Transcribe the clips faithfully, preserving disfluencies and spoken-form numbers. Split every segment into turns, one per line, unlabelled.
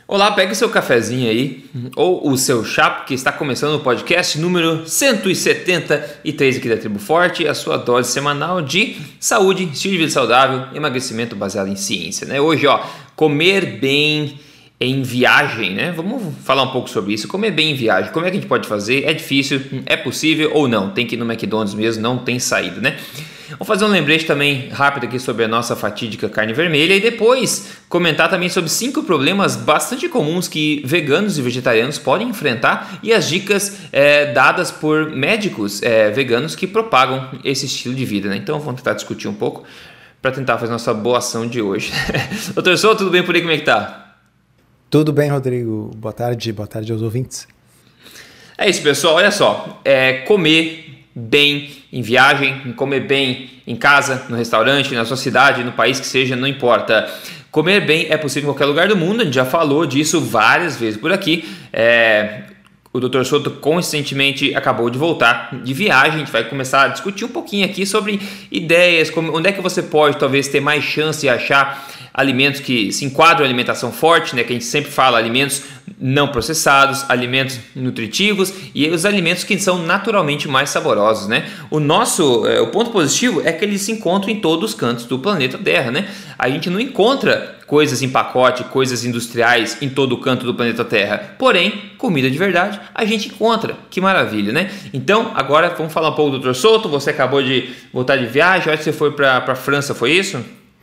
Olá, pegue o seu cafezinho aí, ou o seu chá, porque está começando o podcast número cento e setenta e três aqui da Tribo Forte, a sua dose semanal de saúde, estilo de vida saudável, emagrecimento baseado em ciência, né? Hoje, ó, comer bem em viagem, né? Vamos falar um pouco sobre isso. Comer bem em viagem, como é que a gente pode fazer? É difícil? É possível ou não? Tem que ir no McDonald's mesmo, não tem saída, né? Vou fazer um lembrete também rápido aqui sobre a nossa fatídica carne vermelha e depois comentar também sobre cinco problemas bastante comuns que veganos e vegetarianos podem enfrentar e as dicas é, dadas por médicos é, veganos que propagam esse estilo de vida, né? Então vamos tentar discutir um pouco para tentar fazer nossa boa ação de hoje. Doutor Souto, tudo bem por aí? Como é que tá?
Tudo bem, Rodrigo. Boa tarde, boa tarde aos ouvintes.
É isso, pessoal. Olha só, é, comer bem em viagem, comer bem em casa, no restaurante, na sua cidade, no país que seja, não importa. Comer bem é possível em qualquer lugar do mundo, a gente já falou disso várias vezes por aqui. É, o doutor Souto consistentemente acabou de voltar de viagem, a gente vai começar a discutir um pouquinho aqui sobre ideias, como, onde é que você pode talvez ter mais chance de achar alimentos que se enquadram em alimentação forte, né, que a gente sempre fala, alimentos não processados, alimentos nutritivos e os alimentos que são naturalmente mais saborosos, né? O nosso, é, o ponto positivo é que eles se encontram em todos os cantos do planeta Terra, né? A gente não encontra coisas em pacote, coisas industriais em todo o canto do planeta Terra. Porém, comida de verdade a gente encontra. Que maravilha, né? Então, agora vamos falar um pouco do doutor Souto. Você acabou de voltar de viagem, acho que você foi para a França, foi isso?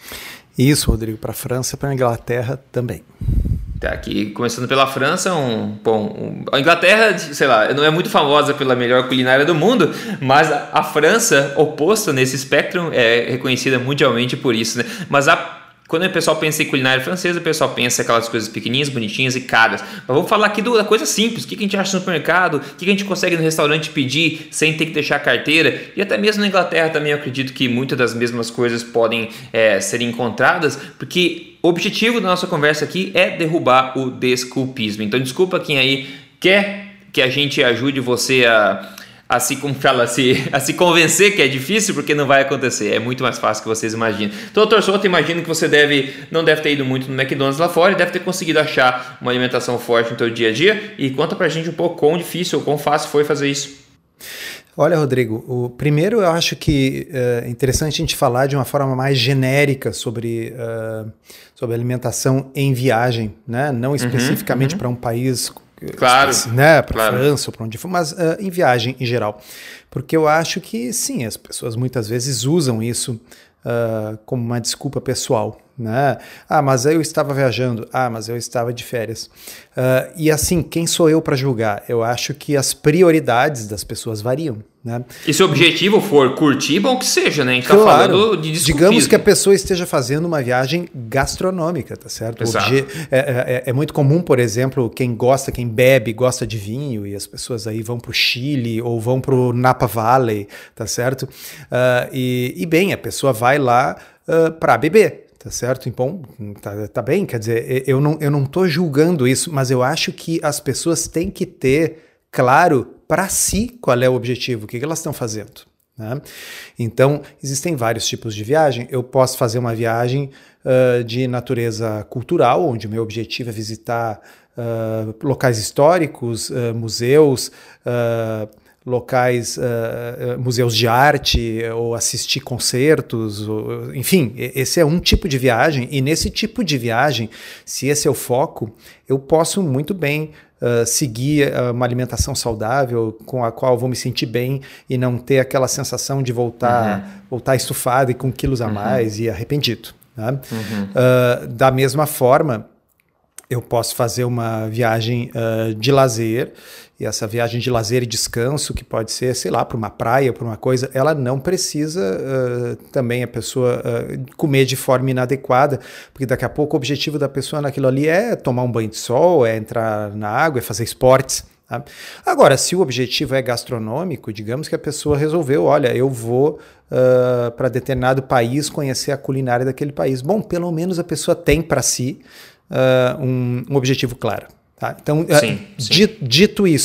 Isso, Rodrigo, para a França e para a Inglaterra também.
Tá, aqui começando pela França, um, bom, um, a Inglaterra, sei lá, não é muito famosa pela melhor culinária do mundo, mas a, a França, oposta nesse espectro, é reconhecida mundialmente por isso, né? Mas a Quando o pessoal pensa em culinária francesa, o pessoal pensa em aquelas coisas pequenininhas, bonitinhas e caras. Mas vamos falar aqui do, da coisa simples. O que a gente acha no supermercado, o que a gente consegue no restaurante pedir sem ter que deixar a carteira. E até mesmo na Inglaterra também eu acredito que muitas das mesmas coisas podem é, ser encontradas, porque o objetivo da nossa conversa aqui é derrubar o desculpismo. Então desculpa quem aí quer que a gente ajude você a... A se, como fala, a, se, a se convencer que é difícil, porque não vai acontecer. É muito mais fácil que vocês imaginam. Então, doutor Souto, imagino que você deve, não deve ter ido muito no McDonald's lá fora e deve ter conseguido achar uma alimentação forte no seu dia a dia. E conta pra gente um pouco quão difícil ou quão fácil foi fazer isso.
Olha, Rodrigo, o primeiro eu acho que é interessante a gente falar de uma forma mais genérica sobre, uh, sobre alimentação em viagem, né? Não especificamente uhum, uhum. para um país...
Claro,
né, para
claro.
França ou para onde for, mas uh, em viagem em geral, porque eu acho que sim, as pessoas muitas vezes usam isso uh, como uma desculpa pessoal, né? Ah, mas eu estava viajando, ah, mas eu estava de férias, uh, e assim, quem sou eu para julgar? Eu acho que as prioridades das pessoas variam, né?
E se o objetivo for curtir, bom que seja, né? A gente
claro,
tá falando de desculpismo.
Digamos que a pessoa esteja fazendo uma viagem gastronômica, tá certo?
Exato.
Obje- é, é, é muito comum, por exemplo, quem gosta, quem bebe, gosta de vinho, e as pessoas aí vão para o Chile ou vão para o Napa Valley, tá certo? Uh, e, e bem, a pessoa vai lá uh, para beber. Tá certo? Então, tá, tá bem, quer dizer, eu não, eu não tô julgando isso, mas eu acho que as pessoas têm que ter claro para si qual é o objetivo, o que, que elas estão fazendo, né? Então, existem vários tipos de viagem. Eu posso fazer uma viagem uh, de natureza cultural, onde o meu objetivo é visitar uh, locais históricos, uh, museus, uh, locais, uh, museus de arte, ou assistir concertos, ou, enfim, esse é um tipo de viagem, e nesse tipo de viagem, se esse é o foco, eu posso muito bem uh, seguir uh, uma alimentação saudável, com a qual vou me sentir bem, e não ter aquela sensação de voltar, uhum. voltar estufado e com quilos a uhum. mais e arrependido, né? Uhum. Uh, da mesma forma, eu posso fazer uma viagem uh, de lazer, e essa viagem de lazer e descanso, que pode ser, sei lá, para uma praia, para uma coisa, ela não precisa uh, também a pessoa uh, comer de forma inadequada, porque daqui a pouco o objetivo da pessoa naquilo ali é tomar um banho de sol, é entrar na água, é fazer esportes. Tá? Agora, se o objetivo é gastronômico, digamos que a pessoa resolveu, olha, eu vou uh, para determinado país conhecer a culinária daquele país. Bom, pelo menos a pessoa tem para si Uh, um, um objetivo claro. Tá? Então,
sim,
uh,
sim.
Dito, dito isso,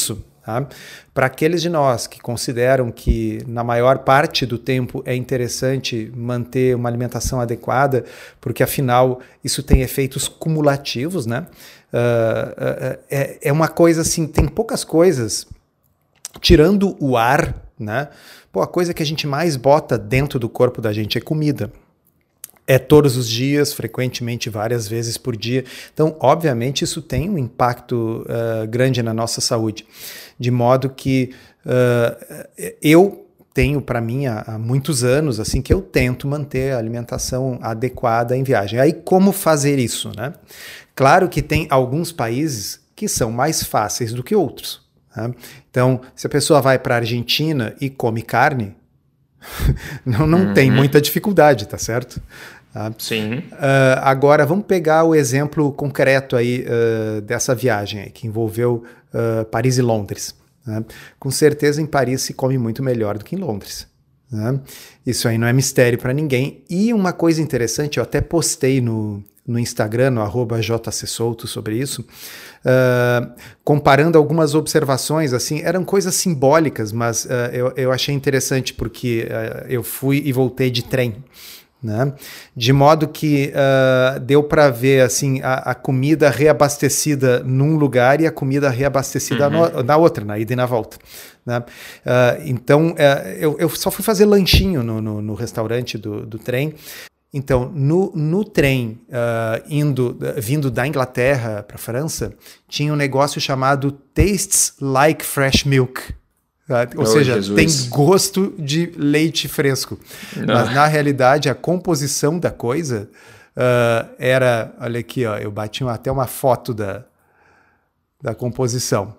Tá? Para aqueles de nós que consideram que na maior parte do tempo é interessante manter uma alimentação adequada, porque afinal isso tem efeitos cumulativos, né? Uh, uh, é, é uma coisa assim, tem poucas coisas, tirando o ar, né? Pô, a coisa que a gente mais bota dentro do corpo da gente é comida. É todos os dias, frequentemente, várias vezes por dia. Então, obviamente, isso tem um impacto uh, grande na nossa saúde. De modo que uh, eu tenho para mim há, há muitos anos assim que eu tento manter a alimentação adequada em viagem. Aí, como fazer isso, né? Claro que tem alguns países que são mais fáceis do que outros. Né? Então, se a pessoa vai para a Argentina e come carne, não, não uhum. tem muita dificuldade, tá certo? Tá?
Sim.
Uh, agora, vamos pegar o exemplo concreto aí uh, dessa viagem aí, que envolveu uh, Paris e Londres. Né? Com certeza, em Paris se come muito melhor do que em Londres. Né? Isso aí não é mistério para ninguém. E uma coisa interessante, eu até postei no, no Instagram, no arroba jcsolto, sobre isso, uh, comparando algumas observações, assim, eram coisas simbólicas, mas uh, eu, eu achei interessante porque uh, eu fui e voltei de trem. Né? De modo que uh, deu para ver assim, a, a comida reabastecida num lugar e a comida reabastecida uhum. no, na outra, na ida e na volta. Né? Uh, então, uh, eu, eu só fui fazer lanchinho no, no, no restaurante do, do trem. Então, no, no trem, uh, indo, uh, vindo da Inglaterra para a França, tinha um negócio chamado Tastes Like Fresh Milk. Ou oh, seja, Jesus. Tem gosto de leite fresco. Não. Mas, na realidade, a composição da coisa uh, era... Olha aqui, ó, eu bati até uma foto da, da composição.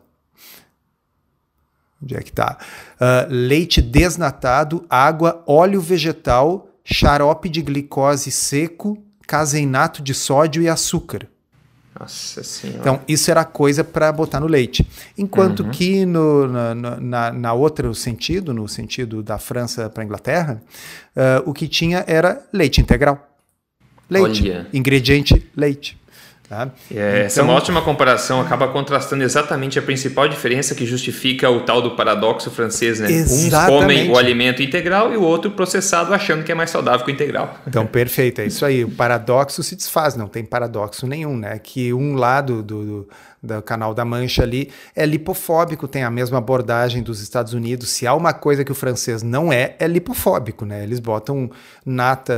Onde é que tá? Uh, leite desnatado, água, óleo vegetal, xarope de glicose seco, caseinato de sódio e açúcar.
Nossa Senhora.
Então, isso era coisa para botar no leite. Enquanto uhum. que no na, na, na outro sentido, no sentido da França para a Inglaterra, uh, o que tinha era leite integral. Leite, Olha. ingrediente, leite. Tá?
É, então, essa é uma ótima comparação, acaba contrastando exatamente a principal diferença que justifica o tal do paradoxo francês, né? Uns comem o alimento integral e o outro processado achando que é mais saudável que o integral.
Então, perfeito, é isso aí. O paradoxo se desfaz, não tem paradoxo nenhum, né? Que um lado do, do, do Canal da Mancha ali é lipofóbico, tem a mesma abordagem dos Estados Unidos. Se há uma coisa que o francês não é, é lipofóbico, né? Eles botam nata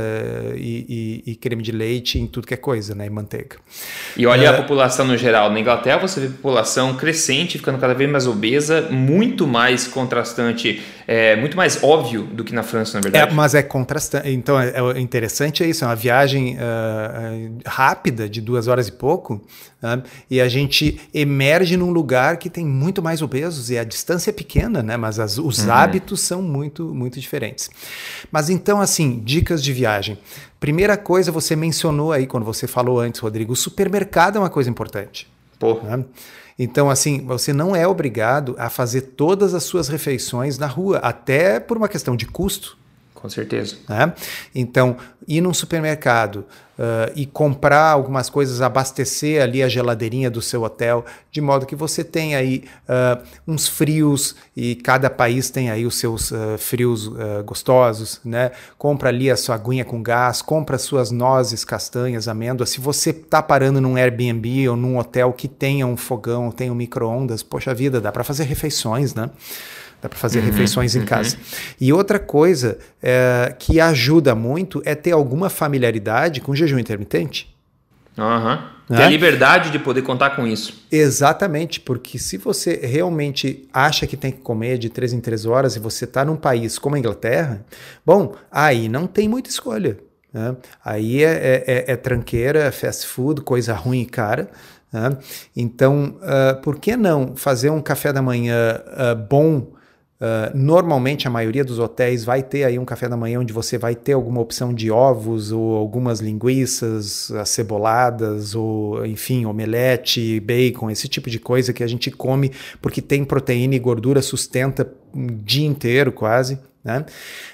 e, e, e creme de leite em tudo que é coisa, né? E manteiga.
E olha é. a população no geral. Na Inglaterra você vê a população crescente, ficando cada vez mais obesa, muito mais contrastante, é, muito mais óbvio do que na França, na verdade.
É, mas é contrastante. Então, é, é interessante é isso, é uma viagem uh, rápida, de duas horas e pouco, né? E a gente emerge num lugar que tem muito mais obesos, e a distância é pequena, né? Mas as, os uhum. hábitos são muito, muito diferentes. Mas então, assim, dicas de viagem. Primeira coisa, você mencionou aí, quando você falou antes, Rodrigo, o supermercado é uma coisa importante.
Pô.
Né? Então, assim, você não é obrigado a fazer todas as suas refeições na rua, até por uma questão de custo.
Com certeza.
Né? Então, ir num supermercado uh, e comprar algumas coisas, abastecer ali a geladeirinha do seu hotel, de modo que você tenha aí uh, uns frios, e cada país tem aí os seus uh, frios uh, gostosos, né? Compra ali a sua aguinha com gás, compra as suas nozes, castanhas, amêndoas. Se você está parando num Airbnb ou num hotel que tenha um fogão, tenha um micro-ondas, poxa vida, dá para fazer refeições, né? Dá para fazer uhum, refeições em uhum. casa. E outra coisa é, que ajuda muito é ter alguma familiaridade com jejum intermitente.
Uhum. Né? Ter a liberdade de poder contar com isso.
Exatamente, porque se você realmente acha que tem que comer de três em três horas e você está num país como a Inglaterra, bom, aí não tem muita escolha. Né? Aí é, é, é tranqueira, fast food, coisa ruim e cara. Né? Então, uh, por que não fazer um café da manhã uh, bom? Uh, normalmente a maioria dos hotéis vai ter aí um café da manhã onde você vai ter alguma opção de ovos ou algumas linguiças aceboladas ou enfim, omelete, bacon, esse tipo de coisa que a gente come porque tem proteína e gordura, sustenta um dia inteiro quase, né?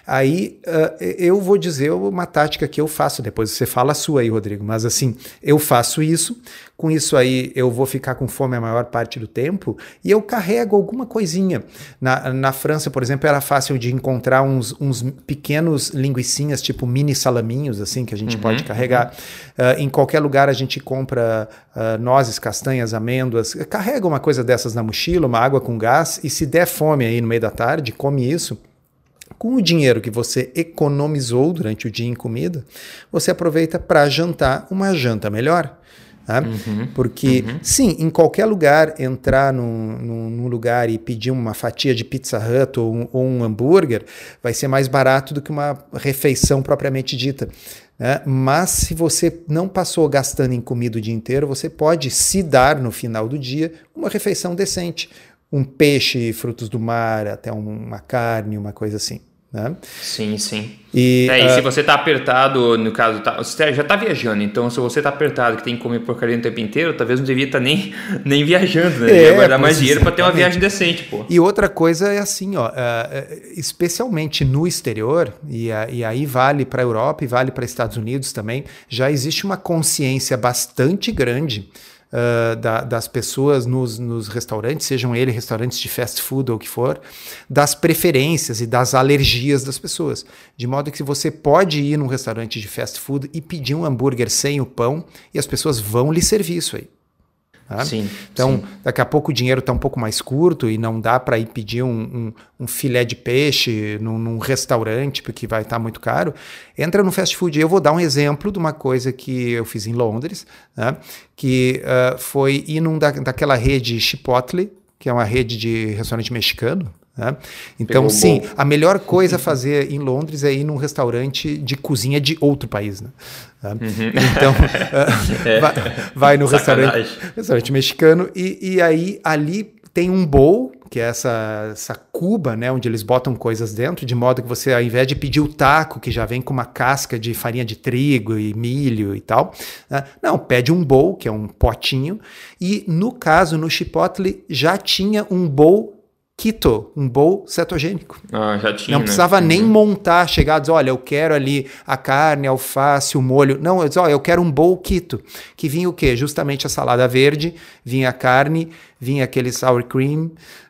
Aí uh, eu vou dizer uma tática que eu faço, depois você fala a sua aí, Rodrigo, mas assim, eu faço isso, com isso aí eu vou ficar com fome a maior parte do tempo e eu carrego alguma coisinha. Na, na França, por exemplo, era fácil de encontrar uns, uns pequenos linguicinhas, tipo mini salaminhos, assim, que a gente uhum, pode carregar. Uhum. Uh, em qualquer lugar a gente compra uh, nozes, castanhas, amêndoas, carrega uma coisa dessas na mochila, uma água com gás, e se der fome aí no meio da tarde, come isso. Com o dinheiro que você economizou durante o dia em comida, você aproveita para jantar uma janta melhor. Tá? Uhum, Porque, uhum. sim, em qualquer lugar, entrar num, num, num lugar e pedir uma fatia de Pizza Hut ou um, ou um hambúrguer vai ser mais barato do que uma refeição propriamente dita. Né? Mas se você não passou gastando em comida o dia inteiro, você pode se dar no final do dia uma refeição decente. Um peixe, frutos do mar, até uma carne, uma coisa assim. Né?
Sim, sim. E, é, e uh, se você tá apertado, no caso, tá, você já tá viajando, então se você tá apertado que tem que comer porcaria o tempo inteiro, talvez não devia estar tá nem, nem viajando, né? Devia é, guardar mais dinheiro para ter uma viagem decente, pô.
E outra coisa é assim, ó, uh, especialmente no exterior, e, uh, e aí vale para a Europa e vale para Estados Unidos também, já existe uma consciência bastante grande Uh, da, das pessoas nos, nos restaurantes, sejam eles restaurantes de fast food ou o que for, das preferências e das alergias das pessoas. De modo que você pode ir num restaurante de fast food e pedir um hambúrguer sem o pão e as pessoas vão lhe servir isso aí. Tá? Sim, então, sim. Daqui a pouco o dinheiro está um pouco mais curto e não dá para ir pedir um, um, um filé de peixe num, num restaurante, porque vai estar tá muito caro. Entra no fast food. Eu vou dar um exemplo de uma coisa que eu fiz em Londres, né? Que uh, foi ir num da, daquela rede Chipotle, que é uma rede de restaurante mexicano. Né? Então, Pegou sim, bom. A melhor coisa a fazer em Londres é ir num restaurante de cozinha de outro país. Né? Uhum. Então, uh, é. vai, vai no restaurante, restaurante mexicano e, e aí ali tem um bowl, que é essa, essa cuba, né, onde eles botam coisas dentro, de modo que você, ao invés de pedir o taco, que já vem com uma casca de farinha de trigo e milho e tal, uh, não, pede um bowl, que é um potinho, e no caso, no Chipotle, já tinha um bowl keto, um bowl cetogênico.
Ah, já tinha,
não precisava
né?
nem
uhum.
montar, chegar e dizer, olha, eu quero ali a carne, a alface, o molho. Não, eu disse, olha, eu quero um bowl keto. Que vinha o quê? Justamente a salada verde, vinha a carne, vinha aquele sour cream,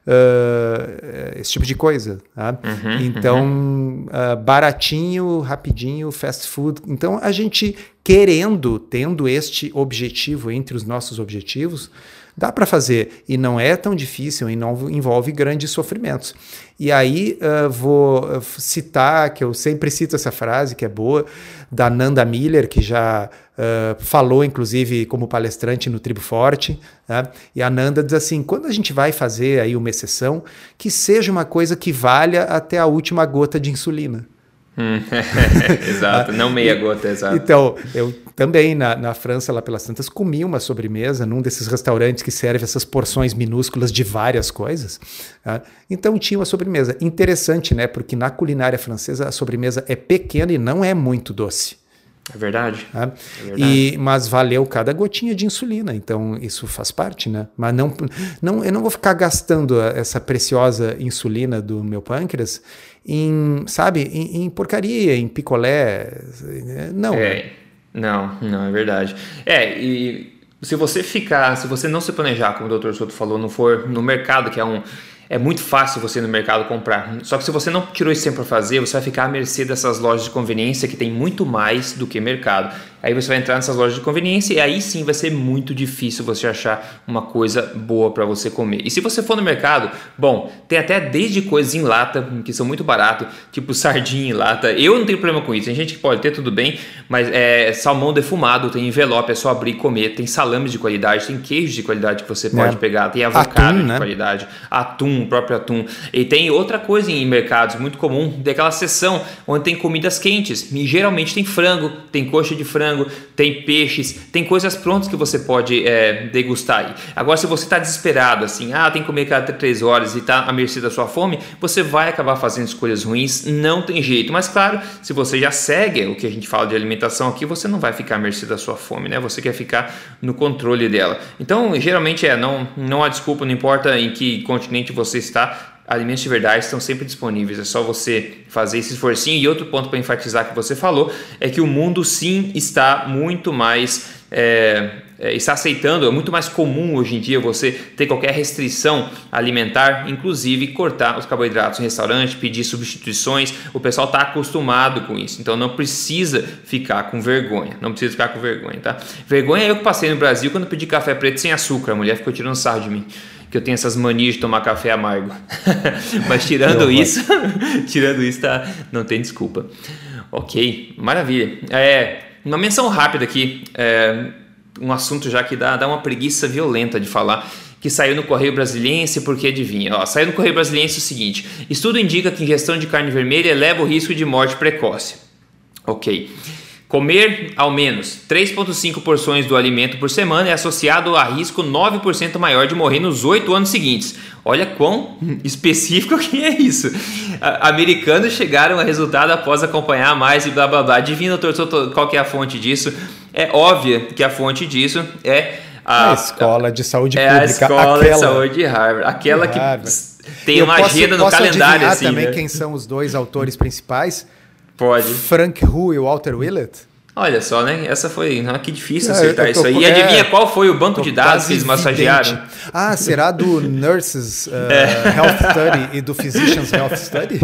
uh, esse tipo de coisa. Tá? Uhum, então, uhum. Uh, baratinho, rapidinho, fast food. Então, a gente querendo, tendo este objetivo entre os nossos objetivos, dá para fazer, e não é tão difícil, e não envolve grandes sofrimentos. E aí uh, vou citar, que eu sempre cito essa frase, que é boa, da Nanda Miller, que já uh, falou, inclusive, como palestrante no Tribo Forte. Né? E a Nanda diz assim, quando a gente vai fazer aí uma exceção, que seja uma coisa que valha até a última gota de insulina.
Hum, exato, não meia gota, exato.
Então, eu também na, na França, lá pelas tantas, comi uma sobremesa num desses restaurantes que serve essas porções minúsculas de várias coisas. Tá? Então tinha uma sobremesa. Interessante, né? Porque na culinária francesa a sobremesa é pequena e não é muito doce.
É verdade.
Tá?
É verdade.
E, mas valeu cada gotinha de insulina, então isso faz parte, né? Mas não, não, eu não vou ficar gastando essa preciosa insulina do meu pâncreas em, sabe, em, em porcaria, em picolé, não.
É, não, não, é verdade. É, e se você ficar, se você não se planejar, como o doutor Souto falou, não for no mercado, que é um... É muito fácil você ir no mercado comprar. Só que se você não tirou esse tempo para fazer, você vai ficar à mercê dessas lojas de conveniência que tem muito mais do que mercado. Aí você vai entrar nessas lojas de conveniência e aí sim vai ser muito difícil você achar uma coisa boa para você comer. E se você for no mercado, bom, tem até desde coisas em lata, que são muito barato, tipo sardinha em lata. Eu não tenho problema com isso. Tem gente que pode ter, tudo bem, mas é salmão defumado, tem envelope, é só abrir e comer. Tem salames de qualidade, tem queijo de qualidade que você pode é. pegar, tem avocado atum, de né? qualidade, atum, o próprio atum. E tem outra coisa em mercados muito comum, tem aquela seção onde tem comidas quentes. E geralmente tem frango, tem coxa de frango, tem peixes, tem coisas prontas que você pode é, degustar aí. Agora, se você está desesperado, assim, ah, tem que comer cada três horas e está à mercê da sua fome, você vai acabar fazendo escolhas ruins, não tem jeito. Mas claro, se você já segue o que a gente fala de alimentação aqui, você não vai ficar à mercê da sua fome, né? Você quer ficar no controle dela. Então, geralmente é, não, não há desculpa, não importa em que continente você está, alimentos de verdade estão sempre disponíveis, é só você fazer esse esforcinho. E outro ponto para enfatizar que você falou é que o mundo sim está muito mais é, é, está aceitando, é muito mais comum hoje em dia você ter qualquer restrição alimentar, inclusive cortar os carboidratos em restaurante, pedir substituições. O pessoal está acostumado com isso, então não precisa ficar com vergonha, não precisa ficar com vergonha, tá? Vergonha é eu que passei no Brasil quando pedi café preto sem açúcar, a mulher ficou tirando sarro de mim, que eu tenho essas manias de tomar café amargo. Mas tirando isso, tirando isso, tá, não tem desculpa. Ok, maravilha. É, uma menção rápida aqui, é, um assunto já que dá, dá uma preguiça violenta de falar, que saiu no Correio Brasiliense, porque adivinha, ó, saiu no Correio Brasiliense o seguinte: estudo indica que ingestão de carne vermelha eleva o risco de morte precoce. Ok. Comer ao menos três vírgula cinco porções do alimento por semana é associado a risco nove por cento maior de morrer nos oito anos seguintes. Olha quão específico que é isso. A, americanos chegaram a resultado após acompanhar mais e blá blá blá. Adivinha, doutor Souto, qual que é a fonte disso? É óbvia que a fonte disso é a,
a Escola de Saúde
é
Pública.
A Escola
aquela,
de Saúde de Harvard. Aquela
de
que
Harvard.
tem
Eu
uma
posso,
agenda no
posso
calendário. Assim,
também
né?
Quem são os dois autores principais?
Pode.
Frank Hu e Walter Willett.
Olha só, né? Essa foi... Ah, que difícil acertar
é,
isso aí. E
é,
adivinha qual foi o banco de dados que eles massagearam?
Ah, será do Nurses uh, é. Health Study e do Physicians Health Study?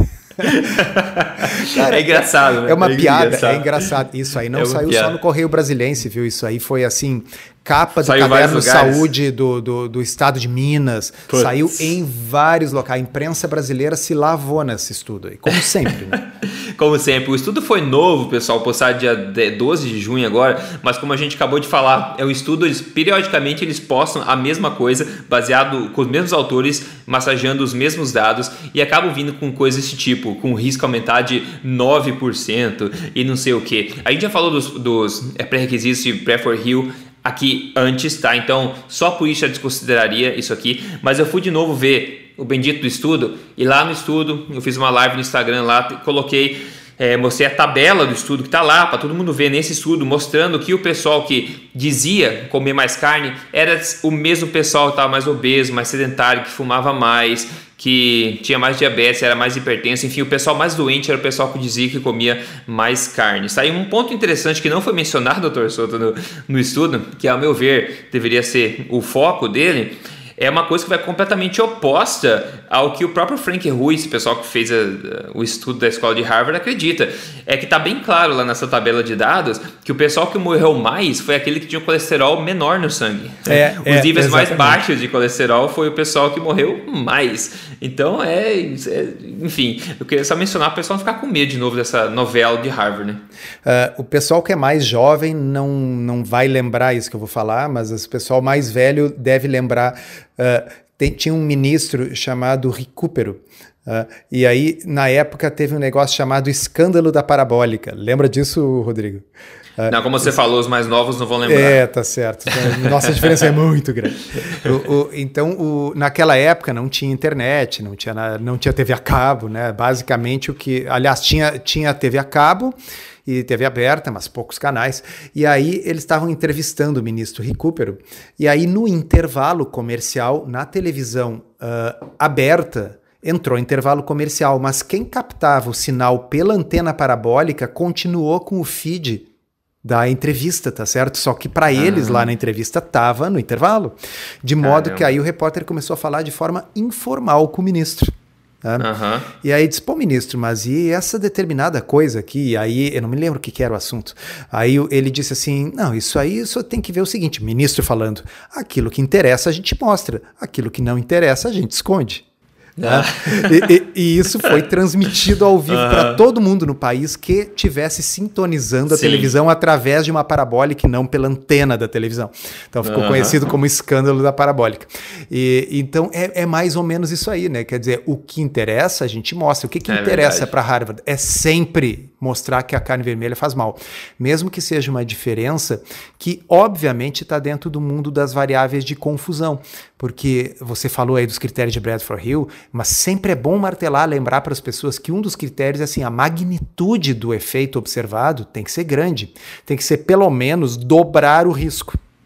Cara, é engraçado, né?
É uma
é
piada,
engraçado.
é engraçado. Isso aí não é saiu
piada.
só no Correio Brasiliense, viu? Isso aí foi assim, capa do
saiu
Caderno Saúde do, do, do Estado de Minas. Puts. Saiu em vários locais. A imprensa brasileira se lavou nesse estudo aí, como sempre, né?
Como sempre. O estudo foi novo, pessoal, postado dia doze de junho agora, mas como a gente acabou de falar, é um estudo, eles, periodicamente eles postam a mesma coisa, baseado com os mesmos autores, massageando os mesmos dados, e acabam vindo com coisas desse tipo, com risco aumentar de nove por cento e não sei o que. A gente já falou dos, dos pré-requisitos de Prep4Heal aqui antes, tá? Então, só por isso eu desconsideraria isso aqui, mas eu fui de novo ver o bendito do estudo, e lá no estudo, eu fiz uma live no Instagram lá, coloquei, é, mostrei a tabela do estudo que está lá, para todo mundo ver nesse estudo, mostrando que o pessoal que dizia comer mais carne era o mesmo pessoal que estava mais obeso, mais sedentário, que fumava mais, que tinha mais diabetes, era mais hipertenso, enfim, o pessoal mais doente era o pessoal que dizia que comia mais carne. Saiu um ponto interessante que não foi mencionado, doutor Souto, no, no estudo, que ao meu ver deveria ser o foco dele, é uma coisa que vai completamente oposta ao que o próprio Frank Hu, esse pessoal que fez a, a, o estudo da escola de Harvard, acredita. É que está bem claro lá nessa tabela de dados que o pessoal que morreu mais foi aquele que tinha um colesterol menor no sangue.
É,
Os
é,
níveis
exatamente.
mais baixos de colesterol foi o pessoal que morreu mais. Então, é, é enfim, eu queria só mencionar para o pessoal não ficar com medo de novo dessa novela de Harvard, né?
Uh, o pessoal que é mais jovem não, não vai lembrar isso que eu vou falar, mas o pessoal mais velho deve lembrar. Uh, tem, tinha um ministro chamado Recupero, uh, e aí na época teve um negócio chamado escândalo da parabólica. Lembra disso, Rodrigo?
Uh, não, como você os... falou, os mais novos não vão lembrar.
É, tá certo. Nossa diferença é muito grande. O, o, então, o, naquela época não tinha internet, não tinha, não tinha T V a cabo, né? Basicamente o que... Aliás, tinha, tinha T V a cabo e T V aberta, mas poucos canais. E aí eles estavam entrevistando o ministro Recupero. E aí no intervalo comercial, na televisão uh, aberta, entrou intervalo comercial, mas quem captava o sinal pela antena parabólica continuou com o feed da entrevista, tá certo? Só que para eles lá na entrevista tava no intervalo. De modo Caramba. que aí o repórter começou a falar de forma informal com o ministro. Tá? Uhum. E aí disse, pô, ministro, mas e essa determinada coisa aqui? E aí, eu não me lembro o que, que era o assunto. Aí ele disse assim, não, isso aí só tem que ver o seguinte, ministro falando, aquilo que interessa a gente mostra, aquilo que não interessa a gente esconde. Ah. E, e, e isso foi transmitido ao vivo uh-huh. para todo mundo no país que tivesse sintonizando a Sim. televisão através de uma parabólica e não pela antena da televisão. Então ficou uh-huh. conhecido como escândalo da parabólica. E, então é, é mais ou menos isso aí, né? Quer dizer, o que interessa a gente mostra. O que, que é interessa para Harvard é sempre mostrar que a carne vermelha faz mal. Mesmo que seja uma diferença que obviamente está dentro do mundo das variáveis de confusão. Porque você falou aí dos critérios de Bradford-Hill, mas sempre é bom martelar, lembrar para as pessoas que um dos critérios é assim, a magnitude do efeito observado tem que ser grande, tem que ser pelo menos dobrar o risco.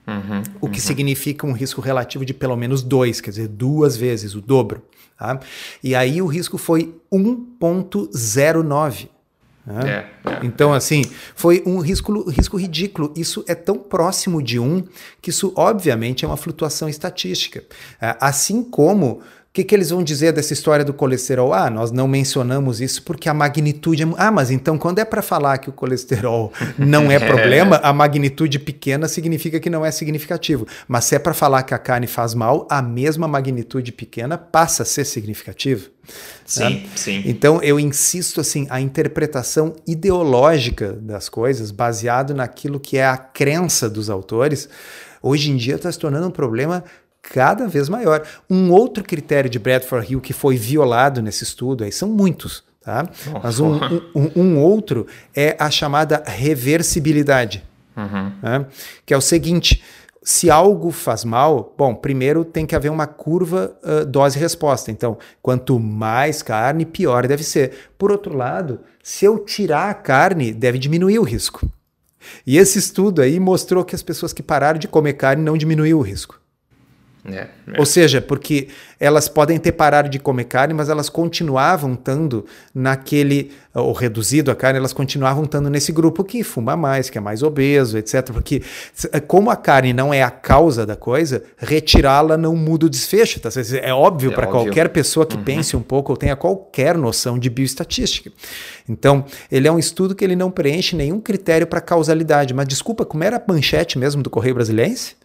Uhum,
o que
uhum.
significa um risco relativo de pelo menos dois, quer dizer, duas vezes, o dobro. Tá? E aí o risco foi um vírgula zero nove. Né?
É, é,
Então,
é.
assim, foi um risco, risco ridículo. Isso é tão próximo de um que isso, obviamente, é uma flutuação estatística. Assim como... O que, que eles vão dizer dessa história do colesterol? Ah, nós não mencionamos isso porque a magnitude é... Ah, mas então quando é para falar que o colesterol não é problema, a magnitude pequena significa que não é significativo. Mas se é para falar que a carne faz mal, a mesma magnitude pequena passa a ser significativa.
Sim,
né?
sim.
Então eu insisto assim, a interpretação ideológica das coisas, baseado naquilo que é a crença dos autores, hoje em dia está se tornando um problema cada vez maior. Um outro critério de Bradford Hill que foi violado nesse estudo, aí são muitos, tá? Oh, mas um, um, um outro é a chamada reversibilidade,
uhum.
né? Que é o seguinte: se algo faz mal, bom, primeiro tem que haver uma curva uh, dose-resposta. Então, quanto mais carne, pior deve ser. Por outro lado, se eu tirar a carne, deve diminuir o risco. E esse estudo aí mostrou que as pessoas que pararam de comer carne não diminuiu o risco.
É, é.
Ou seja, porque elas podem ter parado de comer carne, mas elas continuavam estando naquele, ou reduzido a carne, elas continuavam estando nesse grupo que fuma mais, que é mais obeso, etcétera. Porque como a carne não é a causa da coisa, retirá-la não muda o desfecho. Tá? É óbvio é para qualquer pessoa que uhum. pense um pouco ou tenha qualquer noção de bioestatística. Então, ele é um estudo que ele não preenche nenhum critério para causalidade. Mas desculpa, como era a manchete mesmo do Correio Brasiliense?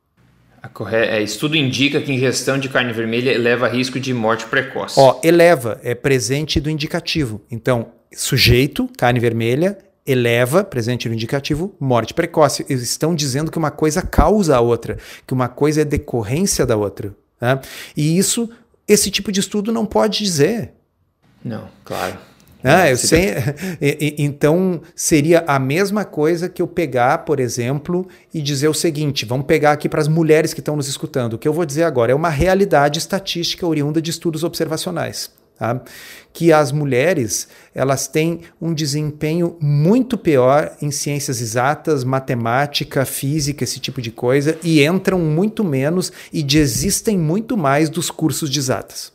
É, estudo indica que ingestão de carne vermelha eleva risco de morte precoce.
Ó, eleva, é presente do indicativo. Então, sujeito, carne vermelha, eleva, presente no indicativo, morte precoce. Eles estão dizendo que uma coisa causa a outra, que uma coisa é decorrência da outra. Né? E isso, esse tipo de estudo não pode dizer.
Não, claro.
Ah, eu sei. Então, seria a mesma coisa que eu pegar, por exemplo, e dizer o seguinte: vamos pegar aqui para as mulheres que estão nos escutando. O que eu vou dizer agora é uma realidade estatística oriunda de estudos observacionais. Tá? Que as mulheres elas têm um desempenho muito pior em ciências exatas, matemática, física, esse tipo de coisa, e entram muito menos e desistem muito mais dos cursos de exatas.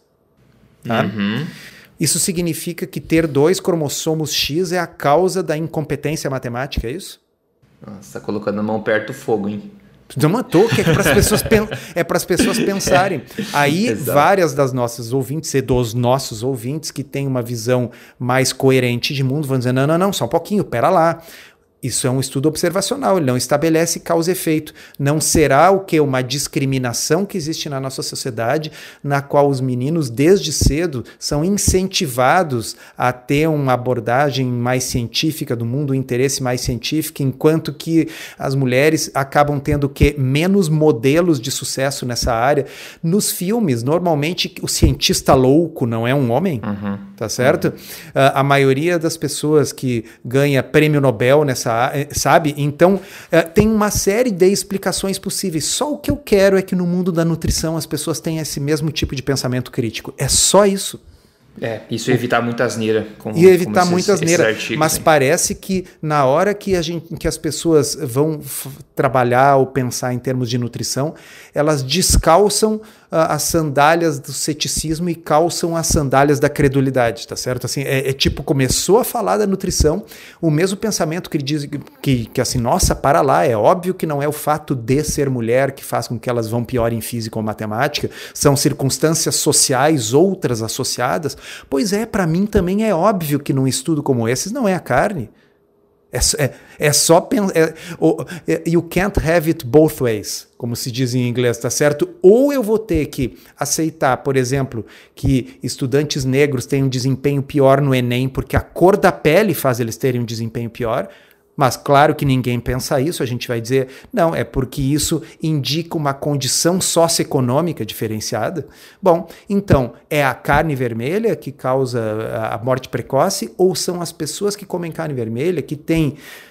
Tá?
Uhum.
Isso significa que ter dois cromossomos X é a causa da incompetência matemática, é isso?
Nossa, está colocando a mão perto do fogo, hein?
Não matou, que é para as pessoas, pen- é para as pessoas pensarem. Aí, Exato. Várias das nossas ouvintes e dos nossos ouvintes que têm uma visão mais coerente de mundo vão dizer, não, não, não, só um pouquinho, pera lá. Isso é um estudo observacional, ele não estabelece causa e efeito. Não será o que? Uma discriminação que existe na nossa sociedade, na qual os meninos, desde cedo, são incentivados a ter uma abordagem mais científica do mundo, um interesse mais científico, enquanto que as mulheres acabam tendo que menos modelos de sucesso nessa área. Nos filmes, normalmente, o cientista louco não é um homem,
uhum.
tá certo? Uhum. Uh, a maioria das pessoas que ganha prêmio Nobel nessa sabe? Então, uh, tem uma série de explicações possíveis. Só o que eu quero é que no mundo da nutrição as pessoas tenham esse mesmo tipo de pensamento crítico. É só isso.
É, isso ia evitar muita asneira. Como,
e evitar
como
muita asneira. Mas
hein?
Parece que na hora que, a gente, que as pessoas vão f- trabalhar ou pensar em termos de nutrição, elas descalçam uh, as sandálias do ceticismo e calçam as sandálias da credulidade, tá certo? Assim, é, é tipo, começou a falar da nutrição, o mesmo pensamento que diz que, que assim, nossa, para lá, é óbvio que não é o fato de ser mulher que faz com que elas vão pior em física ou matemática, são circunstâncias sociais, outras associadas. Pois é, para mim também é óbvio que num estudo como esse não é a carne. É, é, é só pensar. É, é, you can't have it both ways, como se diz em inglês, tá certo? Ou eu vou ter que aceitar, por exemplo, que estudantes negros têm um desempenho pior no Enem porque a cor da pele faz eles terem um desempenho pior. Mas claro que ninguém pensa isso, a gente vai dizer, não, é porque isso indica uma condição socioeconômica diferenciada. Bom, então, é a carne vermelha que causa a morte precoce ou são as pessoas que comem carne vermelha que têm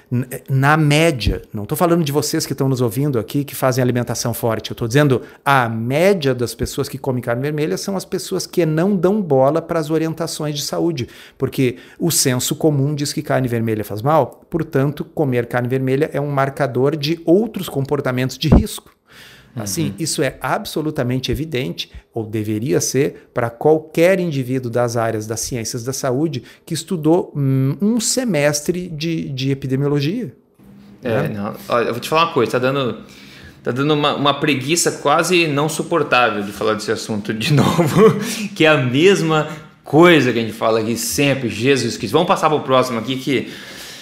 Na média, não estou falando de vocês que estão nos ouvindo aqui que fazem alimentação forte, eu estou dizendo a média das pessoas que comem carne vermelha são as pessoas que não dão bola para as orientações de saúde, porque o senso comum diz que carne vermelha faz mal, portanto, comer carne vermelha é um marcador de outros comportamentos de risco. Assim, uhum. Isso é absolutamente evidente, ou deveria ser, para qualquer indivíduo das áreas das ciências da saúde que estudou hum, um semestre de, de epidemiologia.
É, né? Não, olha, eu vou te falar uma coisa, tá dando, tá dando uma, uma preguiça quase não suportável de falar desse assunto de novo, que é a mesma coisa que a gente fala aqui sempre, Jesus Cristo. Vamos passar para o próximo aqui que...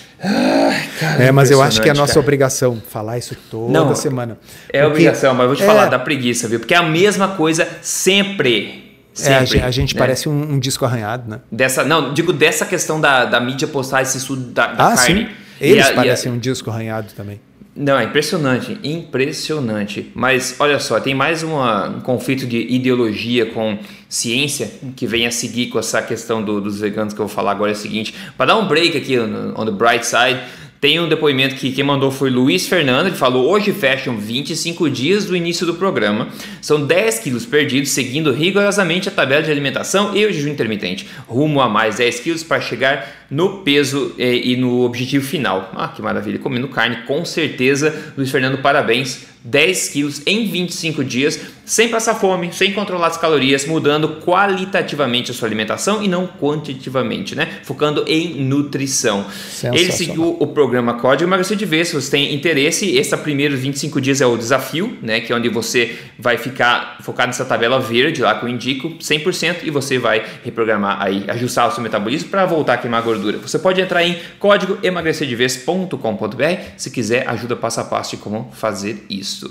Ai, cara, é, mas eu acho que é a nossa cara. obrigação falar isso toda Não, semana.
É porque, obrigação, mas eu vou te é, falar da preguiça, viu? Porque é a mesma coisa sempre. sempre
é, a gente né? parece um, um disco arranhado, né?
Dessa, não, digo dessa questão da, da mídia postar esse estudo da, da
ah,
carne.
Sim. Eles a, parecem a, um disco arranhado também.
Não, é impressionante, impressionante. Mas olha só, tem mais uma, um conflito de ideologia com ciência que vem a seguir com essa questão do, dos veganos que eu vou falar agora. É o seguinte, para dar um break aqui on, on the bright side, tem um depoimento que quem mandou foi Luiz Fernando, ele falou: hoje fecham vinte e cinco dias do início do programa, são dez quilos perdidos, seguindo rigorosamente a tabela de alimentação e o jejum intermitente, rumo a mais dez quilos para chegar no peso e, e no objetivo final. Ah, que maravilha, comendo carne, com certeza. Luiz Fernando, parabéns, dez quilos em vinte e cinco dias, sem passar fome, sem controlar as calorias, mudando qualitativamente a sua alimentação e não quantitativamente, né? Focando em nutrição. Ele seguiu o programa Código Emagrecer de Vez. Se você tem interesse, esse primeiro vinte e cinco dias é o desafio, né? Que é onde você vai ficar focado nessa tabela verde lá que eu indico, cem por cento, e você vai reprogramar aí, ajustar o seu metabolismo para voltar a queimar gordura. Você pode entrar em código emagrecer de vez ponto com ponto b r se quiser ajuda passo a passo de como fazer isso.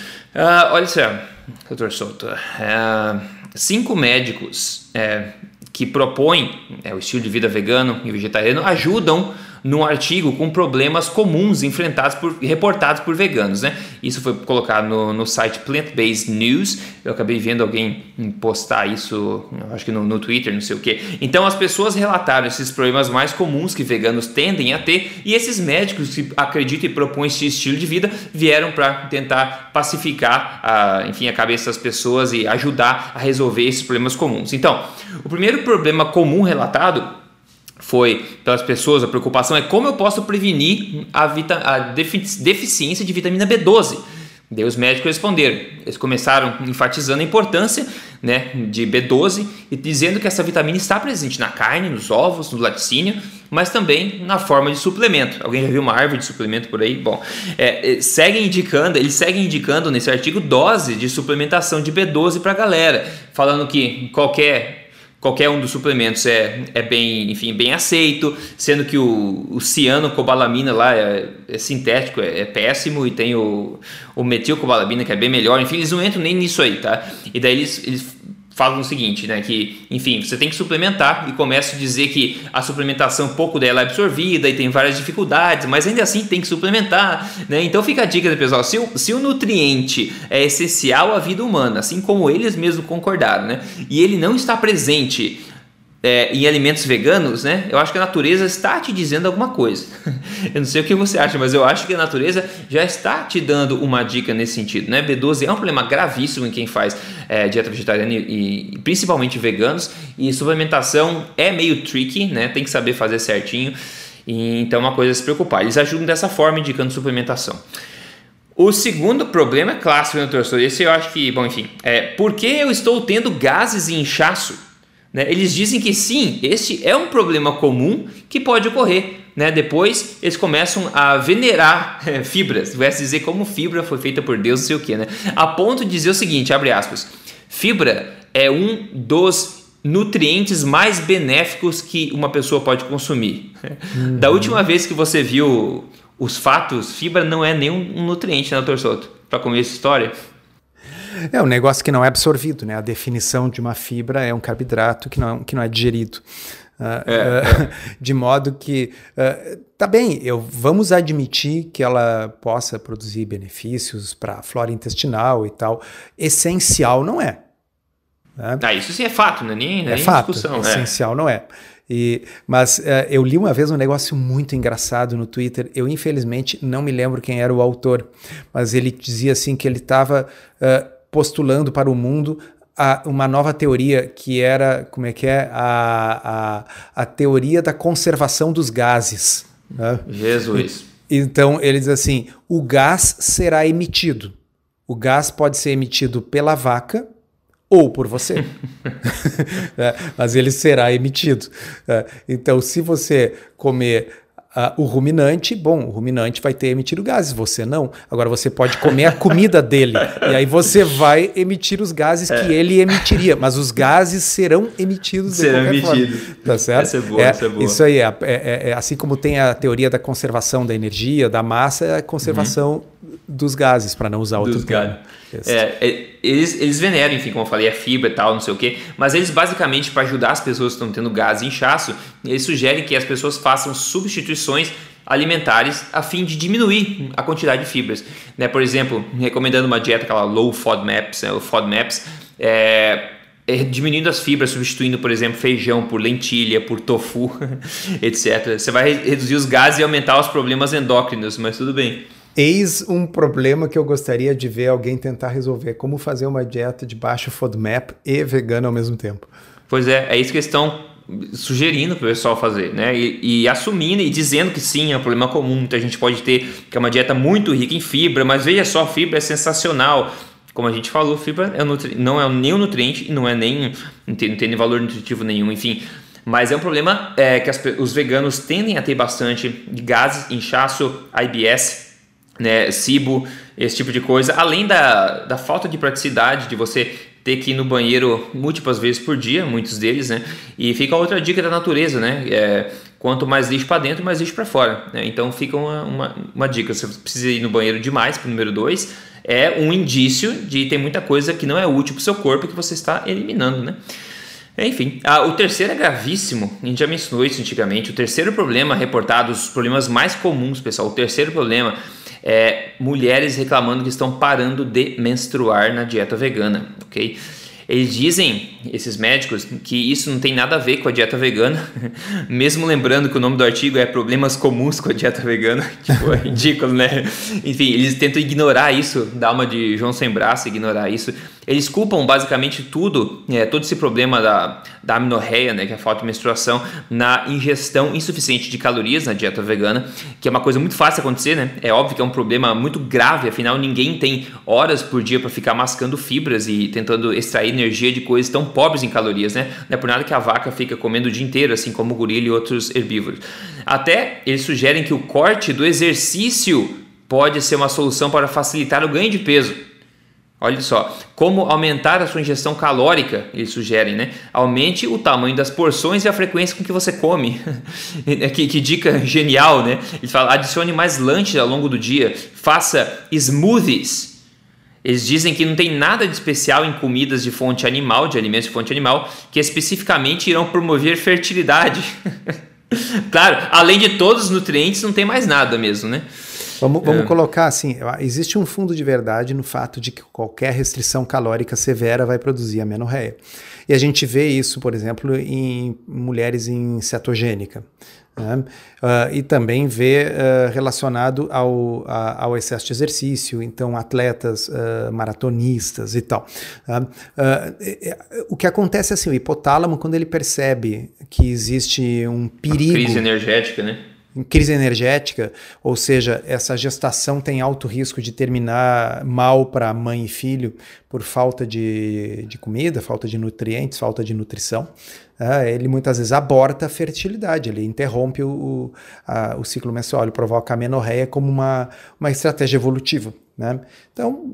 Uh, olha só, doutor Souto, uh, cinco médicos uh, que propõem uh, o estilo de vida vegano e vegetariano ajudam num artigo com problemas comuns enfrentados por, reportados por veganos, né? Isso foi colocado no, no site Plant-Based News. Eu acabei vendo alguém postar isso, acho que no, no Twitter, não sei o que. Então as pessoas relataram esses problemas mais comuns que veganos tendem a ter, e esses médicos que acreditam e propõem esse estilo de vida vieram para tentar pacificar a, enfim, a cabeça das pessoas e ajudar a resolver esses problemas comuns. Então, o primeiro problema comum relatado foi pelas pessoas, a preocupação é como eu posso prevenir a, vita, a defici- deficiência de vitamina B doze. Daí os médicos responderam, eles começaram enfatizando a importância, né, de B doze e dizendo que essa vitamina está presente na carne, nos ovos, no laticínio, mas também na forma de suplemento. Alguém já viu uma árvore de suplemento por aí? Bom, é, seguem indicando, eles seguem indicando nesse artigo dose de suplementação de B doze para a galera, falando que qualquer... Qualquer um dos suplementos é, é bem, enfim, bem aceito, sendo que o, o cianocobalamina lá é, é sintético, é, é péssimo, e tem o, o metilcobalamina que é bem melhor. Enfim, eles não entram nem nisso aí, tá? E daí eles, eles falam o seguinte, né? Que, enfim, você tem que suplementar, e começam a dizer que a suplementação, pouco dela é absorvida e tem várias dificuldades, mas ainda assim tem que suplementar, né? Então fica a dica, né, pessoal? Se o, se o nutriente é essencial à vida humana, assim como eles mesmos concordaram, né? E ele não está presente É, em alimentos veganos, né? Eu acho que a natureza está te dizendo alguma coisa. Eu não sei o que você acha, mas eu acho que a natureza já está te dando uma dica nesse sentido, né? B doze é um problema gravíssimo em quem faz é, dieta vegetariana e, e principalmente veganos, e suplementação é meio tricky, né? Tem que saber fazer certinho, e, então é uma coisa a se preocupar. Eles ajudam dessa forma, indicando suplementação. O segundo problema é clássico, né, doutor? Esse eu acho que, bom, enfim, é por que eu estou tendo gases e inchaço? Eles dizem que sim, este é um problema comum que pode ocorrer, né? Depois eles começam a venerar é, fibras, vai dizer como fibra foi feita por Deus, não sei o que, né? A ponto de dizer o seguinte, abre aspas, fibra é um dos nutrientes mais benéficos que uma pessoa pode consumir. Uhum. Da última vez que você viu os fatos, fibra não é nenhum nutriente, né, doutor Souto? Para comer essa história...
É um negócio que não é absorvido, né? A definição de uma fibra é um carboidrato que não, que não é digerido. Uh, é, uh, é. De modo que, uh, tá bem, eu, vamos admitir que ela possa produzir benefícios para a flora intestinal e tal. Essencial não é.
Né? Ah, isso sim é fato, né? Nem,
é
nem
fato,
discussão.
Essencial
é.
não é. E, mas uh, eu li uma vez um negócio muito engraçado no Twitter. Eu, infelizmente, não me lembro quem era o autor, mas ele dizia assim que ele estava uh, postulando para o mundo a, uma nova teoria que era, como é que é? A, a, a teoria da conservação dos gases. Né?
Jesus.
E, então, ele diz assim, o gás será emitido. O gás pode ser emitido pela vaca ou por você, é, mas ele será emitido. É, então, se você comer uh, o ruminante, bom, o ruminante vai ter emitido gases, você não. Agora, você pode comer a comida dele, e aí você vai emitir os gases é. que ele emitiria, mas os gases serão emitidos
serão
de qualquer
emitidos.
forma. Tá certo?
Essa é boa,
é,
essa é boa.
Isso aí, é, é, é, assim como tem a teoria da conservação da energia, da massa, é a conservação uhum. dos gases, para não usar outros gases.
É, é, eles, eles veneram, enfim, como eu falei, a fibra e tal, não sei o quê, mas eles basicamente, para ajudar as pessoas que estão tendo gás e inchaço, eles sugerem que as pessoas façam substituições alimentares a fim de diminuir a quantidade de fibras, né? Por exemplo, recomendando uma dieta, aquela low FODMAPs, né? o FODMAPs, é, é, diminuindo as fibras, substituindo, por exemplo, feijão por lentilha, por tofu, etcétera. Você vai reduzir os gases e aumentar os problemas endócrinos, mas tudo bem.
Eis um problema que eu gostaria de ver alguém tentar resolver. Como fazer uma dieta de baixo FODMAP e vegana ao mesmo tempo.
Pois é, é isso que eles estão sugerindo para o pessoal fazer, né? E, e assumindo e dizendo que sim, é um problema comum. Muita gente pode ter, que é uma dieta muito rica em fibra, mas veja só, fibra é sensacional. Como a gente falou, fibra é um nutri... não é nem um nutriente, não é nem não tem, não tem nem valor nutritivo nenhum, enfim. Mas é um problema é, que as, os veganos tendem a ter bastante gases, inchaço, I B S, né, SIBO, esse tipo de coisa, além da, da falta de praticidade de você ter que ir no banheiro múltiplas vezes por dia, muitos deles, né? E fica outra dica da natureza, né? É, quanto mais lixo para dentro, mais lixo para fora, né? Então fica uma, uma, uma dica, se você precisa ir no banheiro demais, para o número dois, é um indício de ter muita coisa que não é útil para o seu corpo que você está eliminando, né? Enfim, ah, o terceiro é gravíssimo, a gente já mencionou isso antigamente. O terceiro problema reportado, os problemas mais comuns, pessoal, o terceiro problema é mulheres reclamando que estão parando de menstruar na dieta vegana, ok? Eles dizem, esses médicos, que isso não tem nada a ver com a dieta vegana, mesmo lembrando que o nome do artigo é Problemas Comuns com a Dieta Vegana, tipo, é ridículo, né? Enfim, eles tentam ignorar isso, dar uma de João sem braço, ignorar isso. Eles culpam basicamente tudo, é, todo esse problema da, da amenorreia, né, que é a falta de menstruação, na ingestão insuficiente de calorias na dieta vegana, que é uma coisa muito fácil de acontecer, né? É óbvio que é um problema muito grave, afinal ninguém tem horas por dia para ficar mascando fibras e tentando extrair energia de coisas tão pobres em calorias, né? Não é por nada que a vaca fica comendo o dia inteiro, assim como o gorila e outros herbívoros. Até eles sugerem que o corte do exercício pode ser uma solução para facilitar o ganho de peso. Olha só, como aumentar a sua ingestão calórica, eles sugerem, né? Aumente o tamanho das porções e a frequência com que você come. que, que dica genial, né? Eles falam, adicione mais lanches ao longo do dia, faça smoothies. Eles dizem que não tem nada de especial em comidas de fonte animal, de alimentos de fonte animal, que especificamente irão promover fertilidade. Claro, além de todos os nutrientes, não tem mais nada mesmo, né?
Vamos, vamos é. colocar assim, existe um fundo de verdade no fato de que qualquer restrição calórica severa vai produzir amenorreia. E a gente vê isso, por exemplo, em mulheres em cetogênica. Né? Uh, e também vê uh, relacionado ao, a, ao excesso de exercício, então atletas uh, maratonistas e tal. Uh, uh, o que acontece é assim, o hipotálamo, quando ele percebe que existe um perigo...
Uma crise energética, né?
Crise energética, ou seja, essa gestação tem alto risco de terminar mal para mãe e filho por falta de, de comida, falta de nutrientes, falta de nutrição. É, ele muitas vezes aborta a fertilidade, ele interrompe o, o, a, o ciclo menstrual, ele provoca a amenorreia como uma, uma estratégia evolutiva. Né? Então,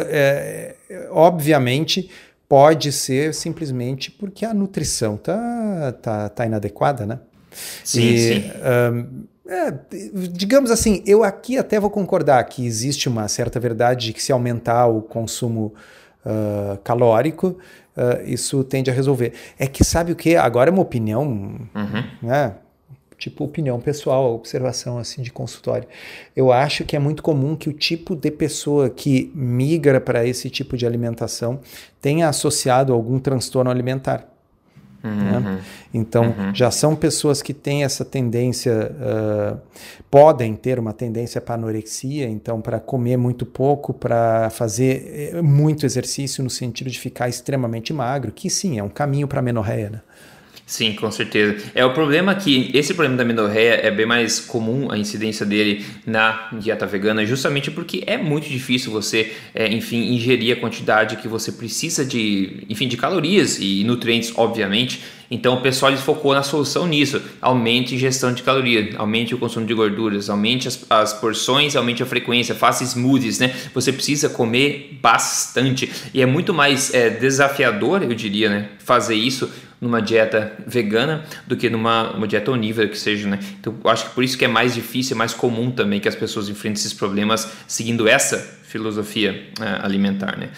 é, é, obviamente, pode ser simplesmente porque a nutrição está tá, tá inadequada, né?
Sim,
e,
sim.
Um, é, digamos assim, eu aqui até vou concordar que existe uma certa verdade de que se aumentar o consumo uh, calórico, uh, isso tende a resolver. É que sabe o que? Agora é uma opinião,
uhum.
né? Tipo opinião pessoal, observação assim de consultório. Eu acho que é muito comum que o tipo de pessoa que migra para esse tipo de alimentação tenha associado algum transtorno alimentar. Uhum, né? Então, uhum. já são pessoas que têm essa tendência, uh, podem ter uma tendência para anorexia, então para comer muito pouco, para fazer muito exercício no sentido de ficar extremamente magro, que sim, é um caminho para a amenorreia, né?
Sim, com certeza. É o problema que esse problema da amenorreia é bem mais comum a incidência dele na dieta vegana, justamente porque é muito difícil você, é, enfim, ingerir a quantidade que você precisa de, enfim, de calorias e nutrientes, obviamente. Então o pessoal focou na solução nisso. Aumente a ingestão de calorias, aumente o consumo de gorduras, aumente as, as porções, aumente a frequência, faça smoothies, né? Você precisa comer bastante. E é muito mais é, desafiador, eu diria, né, fazer isso numa dieta vegana do que numa uma dieta onívora que seja, né? Então eu acho que por isso que é mais difícil, é mais comum também que as pessoas enfrentem esses problemas seguindo essa filosofia uh, alimentar, né?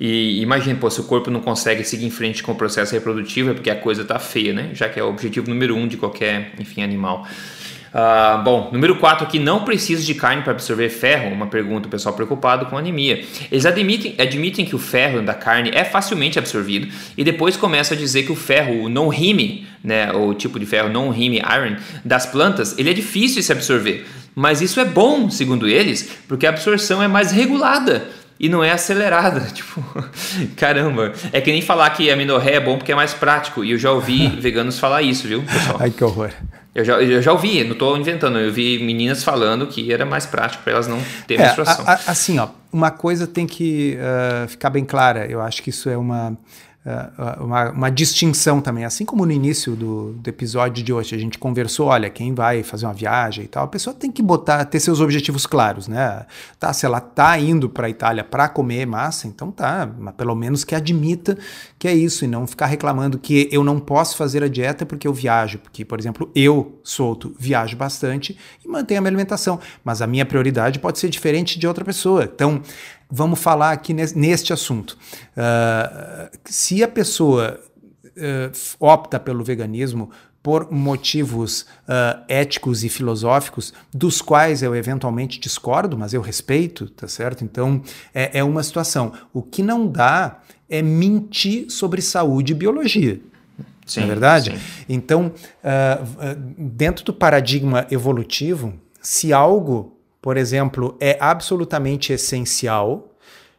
E imagina, pô, se o corpo não consegue seguir em frente com o processo reprodutivo é porque a coisa tá feia, né? Já que é o objetivo número um de qualquer, enfim, animal. Uh, bom, número quatro aqui, não precisa de carne para absorver ferro. Uma pergunta, o pessoal preocupado com anemia. Eles admitem, admitem que o ferro da carne é facilmente absorvido e depois começam a dizer que o ferro, o non-heme, né, o tipo de ferro non-heme iron das plantas, ele é difícil de se absorver. Mas isso é bom, segundo eles, porque a absorção é mais regulada e não é acelerada. Tipo, caramba, é que nem falar que a amenorreia é bom porque é mais prático. E eu já ouvi veganos falar isso, viu, pessoal?
Ai, que horror.
Eu já, eu já ouvi, não estou inventando, eu vi meninas falando que era mais prático para elas não terem
é,
menstruação.
A, a, assim, ó, uma coisa tem que uh, ficar bem clara, eu acho que isso é uma, uh, uma, uma distinção também, assim como no início do, do episódio de hoje a gente conversou, olha, quem vai fazer uma viagem e tal, a pessoa tem que botar, ter seus objetivos claros, né? Tá, se ela tá indo para a Itália para comer massa, então tá, mas pelo menos que admita que é isso, e não ficar reclamando que eu não posso fazer a dieta porque eu viajo, porque, por exemplo, eu, Souto, viajo bastante e mantenho a minha alimentação, mas a minha prioridade pode ser diferente de outra pessoa. Então, vamos falar aqui neste assunto. Uh, se a pessoa uh, opta pelo veganismo por motivos uh, éticos e filosóficos, dos quais eu eventualmente discordo, mas eu respeito, tá certo? Então, é, é uma situação. O que não dá é mentir sobre saúde e biologia. Sim, não é verdade? Sim. Então, uh, dentro do paradigma evolutivo, se algo, por exemplo, é absolutamente essencial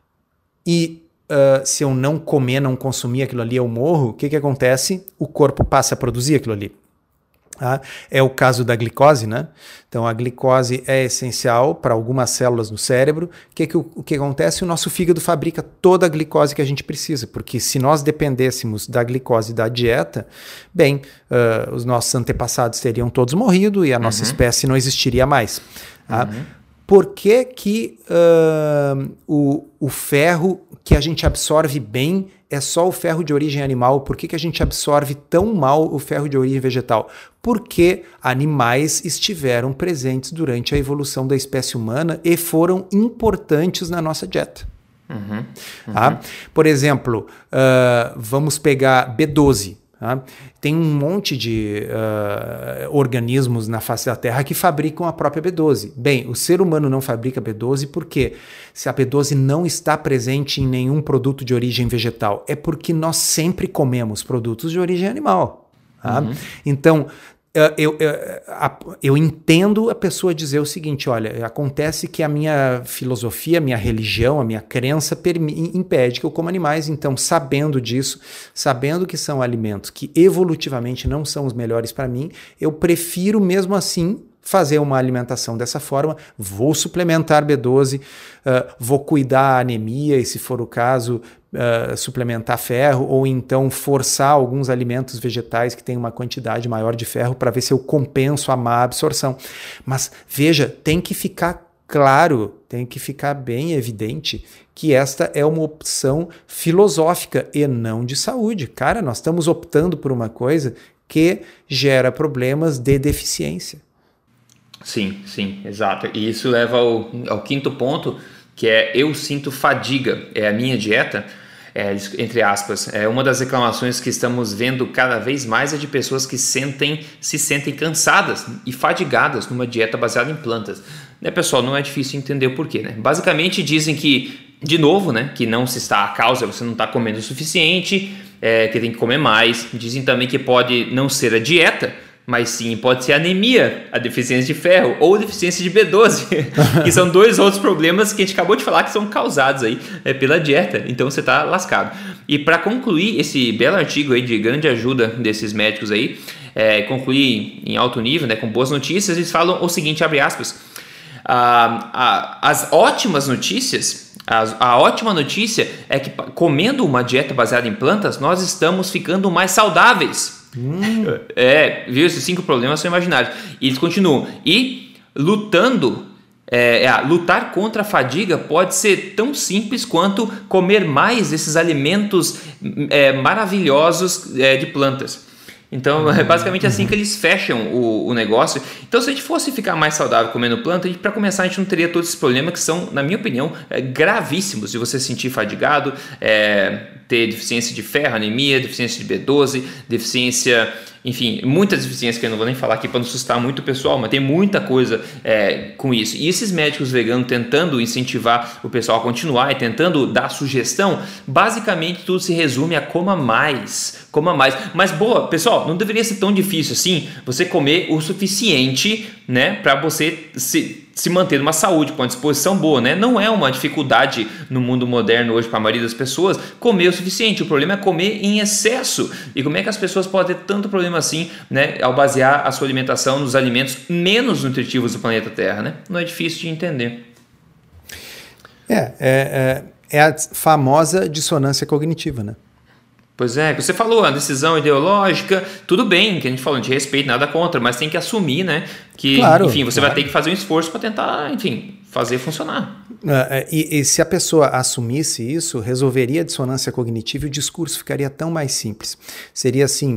e uh, se eu não comer, não consumir aquilo ali, eu morro, o que, que acontece? O corpo passa a produzir aquilo ali. Ah, é o caso da glicose, né? Então a glicose é essencial para algumas células no cérebro. O que, que, o, o que acontece? O nosso fígado fabrica toda a glicose que a gente precisa, porque se nós dependêssemos da glicose da dieta, bem, uh, os nossos antepassados teriam todos morrido e a nossa uhum. espécie não existiria mais. Ah, uhum. Por que, que uh, o, o ferro que a gente absorve bem é só o ferro de origem animal? Por que, que a gente absorve tão mal o ferro de origem vegetal? Porque animais estiveram presentes durante a evolução da espécie humana e foram importantes na nossa dieta. Uhum, uhum. Tá? Por exemplo, uh, vamos pegar B doze. Tá? Tem um monte de uh, organismos na face da Terra que fabricam a própria B doze. Bem, o ser humano não fabrica B doze porque se a B doze não está presente em nenhum produto de origem vegetal, é porque nós sempre comemos produtos de origem animal. Tá? Uhum. Então, uh, eu, eu, a, eu entendo a pessoa dizer o seguinte, olha, acontece que a minha filosofia, a minha religião, a minha crença impede que eu coma animais, então sabendo disso, sabendo que são alimentos que evolutivamente não são os melhores para mim, eu prefiro mesmo assim fazer uma alimentação dessa forma, vou suplementar B doze, uh, vou cuidar a anemia e se for o caso, Uh, suplementar ferro ou então forçar alguns alimentos vegetais que têm uma quantidade maior de ferro para ver se eu compenso a má absorção. Mas veja, tem que ficar claro, tem que ficar bem evidente que esta é uma opção filosófica e não de saúde. Cara, nós estamos optando por uma coisa que gera problemas de deficiência.
Sim, sim, exato. E isso leva ao, ao quinto ponto, que é eu sinto fadiga, é a minha dieta, é, entre aspas, é uma das reclamações que estamos vendo cada vez mais é de pessoas que sentem, se sentem cansadas e fadigadas numa dieta baseada em plantas. Né, pessoal, não é difícil entender o porquê, né? Basicamente dizem que de novo, né, que não se está, a causa você não está comendo o suficiente, é, que tem que comer mais. Dizem também que pode não ser a dieta, mas sim pode ser anemia, a deficiência de ferro ou deficiência de B doze, que são dois outros problemas que a gente acabou de falar que são causados aí é, pela dieta, então você está lascado. E para concluir esse belo artigo aí de grande ajuda desses médicos aí, é, concluir em alto nível, né, com boas notícias, eles falam o seguinte, abre aspas, ah, ah, as ótimas notícias, a, a ótima notícia é que comendo uma dieta baseada em plantas, nós estamos ficando mais saudáveis. Hum. É, viu? Esses cinco problemas são imaginários. E eles continuam. E lutando, é, é, lutar contra a fadiga pode ser tão simples quanto comer mais desses alimentos é, maravilhosos é, de plantas. Então, é basicamente assim que eles fecham o, o negócio. Então, se a gente fosse ficar mais saudável comendo planta, para começar, a gente não teria todos esses problemas que são, na minha opinião, é, gravíssimos. De você se sentir fadigado, é, ter deficiência de ferro, anemia, deficiência de B doze, deficiência... Enfim, muitas deficiências que eu não vou nem falar aqui para não assustar muito o pessoal, mas tem muita coisa é, com isso. E esses médicos veganos tentando incentivar o pessoal a continuar e tentando dar sugestão, basicamente tudo se resume a coma mais, coma mais. Mas boa, pessoal, não deveria ser tão difícil assim você comer o suficiente, né, para você se... se manter numa saúde, com uma disposição boa, né? Não é uma dificuldade no mundo moderno hoje para a maioria das pessoas comer o suficiente. O problema é comer em excesso. E como é que as pessoas podem ter tanto problema assim, né, ao basear a sua alimentação nos alimentos menos nutritivos do planeta Terra, né? Não é difícil de entender.
É, é, é, é a famosa dissonância cognitiva, né?
Pois é, que você falou, a decisão ideológica, tudo bem, que a gente falou, a gente respeita, nada contra, mas tem que assumir, né, que,
claro,
enfim, você
claro.
vai ter que fazer um esforço para tentar, enfim, fazer funcionar.
Uh, e, e se a pessoa assumisse isso, resolveria a dissonância cognitiva e o discurso ficaria tão mais simples. Seria assim,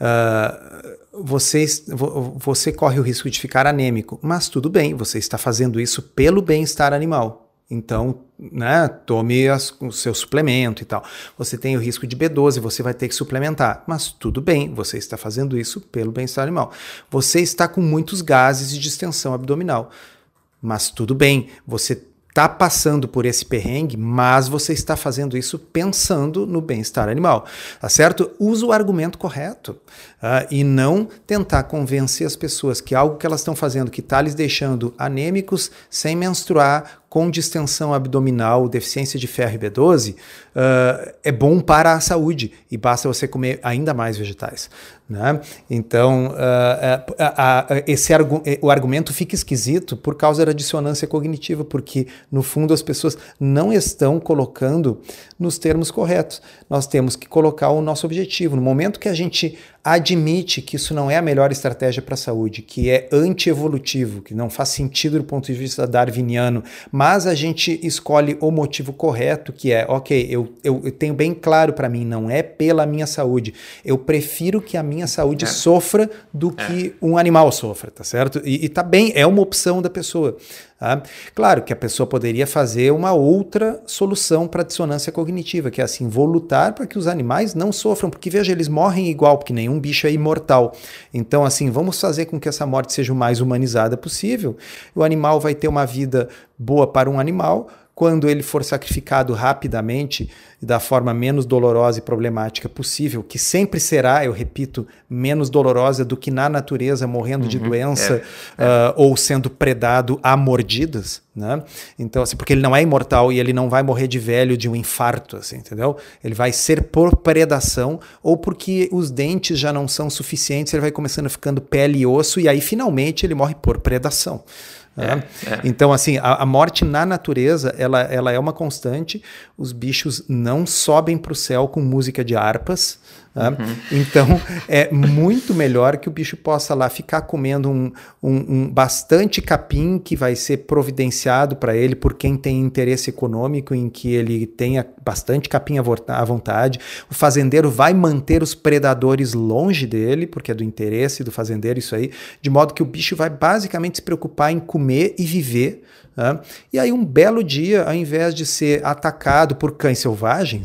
uh, você, você corre o risco de ficar anêmico, mas tudo bem, você está fazendo isso pelo bem-estar animal. Então, né, tome as, o seu suplemento e tal. Você tem o risco de B doze, você vai ter que suplementar. Mas tudo bem, você está fazendo isso pelo bem-estar animal. Você está com muitos gases de distensão abdominal. Mas tudo bem, você está passando por esse perrengue, mas você está fazendo isso pensando no bem-estar animal, tá certo? Usa o argumento correto uh, e não tentar convencer as pessoas que algo que elas estão fazendo que está lhes deixando anêmicos, sem menstruar, com distensão abdominal, deficiência de ferro e B doze, uh, é bom para a saúde e basta você comer ainda mais vegetais, né? Então, uh, uh, uh, uh, esse argu- o argumento fica esquisito por causa da dissonância cognitiva, porque, no fundo, as pessoas não estão colocando nos termos corretos. Nós temos que colocar o nosso objetivo. No momento que a gente admite que isso não é a melhor estratégia para a saúde, que é anti-evolutivo, que não faz sentido do ponto de vista darwiniano, mas a gente escolhe o motivo correto, que é, ok, eu, eu, eu tenho bem claro para mim, não é pela minha saúde, eu prefiro que a minha saúde é. sofra do é. que um animal sofra, tá certo? E, e tá bem, é uma opção da pessoa. Tá? Claro que a pessoa poderia fazer uma outra solução para a dissonância cognitiva, que é assim, vou lutar para que os animais não sofram, porque veja, eles morrem igual, porque nenhum bicho é imortal. Então assim, vamos fazer com que essa morte seja o mais humanizada possível. O animal vai ter uma vida boa para um animal, quando ele for sacrificado rapidamente, da forma menos dolorosa e problemática possível, que sempre será, eu repito, menos dolorosa do que na natureza, morrendo uhum, de doença é, é. Uh, ou sendo predado a mordidas, né? Então, assim, porque ele não é imortal e ele não vai morrer de velho de um infarto, assim, entendeu? Ele vai ser por predação ou porque os dentes já não são suficientes, ele vai começando ficando pele e osso e aí finalmente ele morre por predação. É, é. Então, assim, a, a morte na natureza, ela, ela é uma constante. Os bichos não sobem para o céu com música de harpas. Tá? Uhum. Então, é muito melhor que o bicho possa lá ficar comendo um, um, um bastante capim que vai ser providenciado para ele por quem tem interesse econômico em que ele tenha bastante capim à vontade. O fazendeiro vai manter os predadores longe dele, porque é do interesse do fazendeiro isso aí, de modo que o bicho vai basicamente se preocupar em comer e viver. Tá? E aí um belo dia, ao invés de ser atacado por cães selvagens,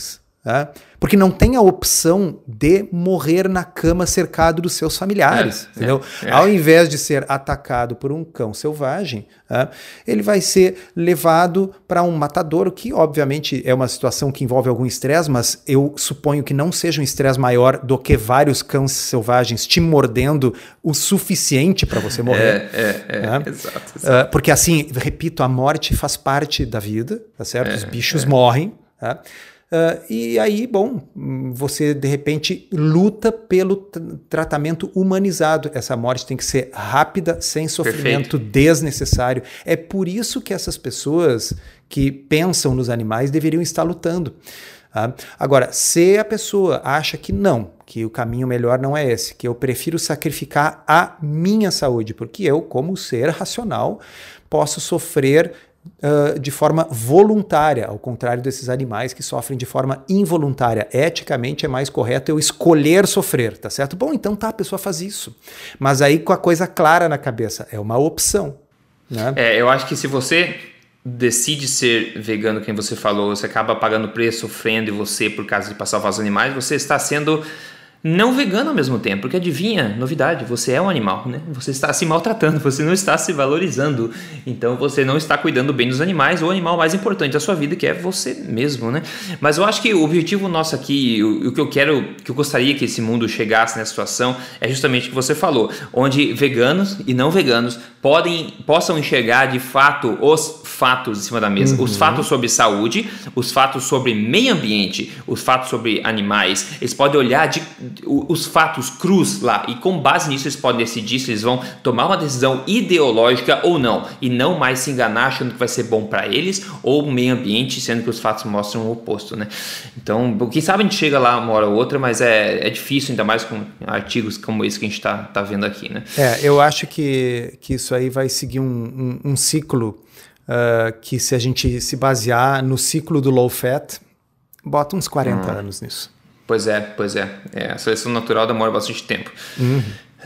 Tá? Porque não tem a opção de morrer na cama cercado dos seus familiares. É, entendeu? É, é. Ao invés de ser atacado por um cão selvagem, tá? Ele vai ser levado para um matadouro, que obviamente é uma situação que envolve algum estresse, mas eu suponho que não seja um estresse maior do que vários cães selvagens te mordendo o suficiente para você morrer.
É, é, é,
tá?
exato, exato.
Uh, porque assim, repito, a morte faz parte da vida, tá certo?
É,
Os bichos
é.
morrem, tá? Uh, e aí, bom, você de repente luta pelo t- tratamento humanizado. Essa morte tem que ser rápida, sem sofrimento Perfeito. desnecessário. É por isso que essas pessoas que pensam nos animais deveriam estar lutando. Uh, agora, se a pessoa acha que não, que o caminho melhor não é esse, que eu prefiro sacrificar a minha saúde, porque eu, como ser racional, posso sofrer Uh, de forma voluntária, ao contrário desses animais que sofrem de forma involuntária. Eticamente é mais correto eu escolher sofrer, tá certo? Bom, então tá, a pessoa faz isso. Mas aí com a coisa clara na cabeça, é uma opção. Né?
É, eu acho que se você decide ser vegano, quem você falou, você acaba pagando preço, sofrendo, e você, por causa de passar os animais, você está sendo não vegano ao mesmo tempo, porque adivinha, novidade, você é um animal, né? Você está se maltratando, você não está se valorizando, então você não está cuidando bem dos animais, ou o animal mais importante da sua vida, que é você mesmo, né? Mas eu acho que o objetivo nosso aqui, o, o que eu quero, que eu gostaria que esse mundo chegasse nessa situação, é justamente o que você falou, onde veganos e não veganos podem, possam enxergar de fato os fatos em cima da mesa, uhum. os fatos sobre saúde, os fatos sobre meio ambiente, os fatos sobre animais, eles podem olhar de os fatos crus lá, e com base nisso eles podem decidir se eles vão tomar uma decisão ideológica ou não, e não mais se enganar achando que vai ser bom para eles ou o meio ambiente, sendo que os fatos mostram o oposto, né? Então, quem sabe a gente chega lá uma hora ou outra, mas é, é difícil, ainda mais com artigos como esse que a gente está tá vendo aqui, né?
É, eu acho que, que isso aí vai seguir um, um, um ciclo uh, que, se a gente se basear no ciclo do low fat, bota uns quarenta hum. anos nisso.
Pois é, pois é. é. A seleção natural demora bastante tempo.
Uhum.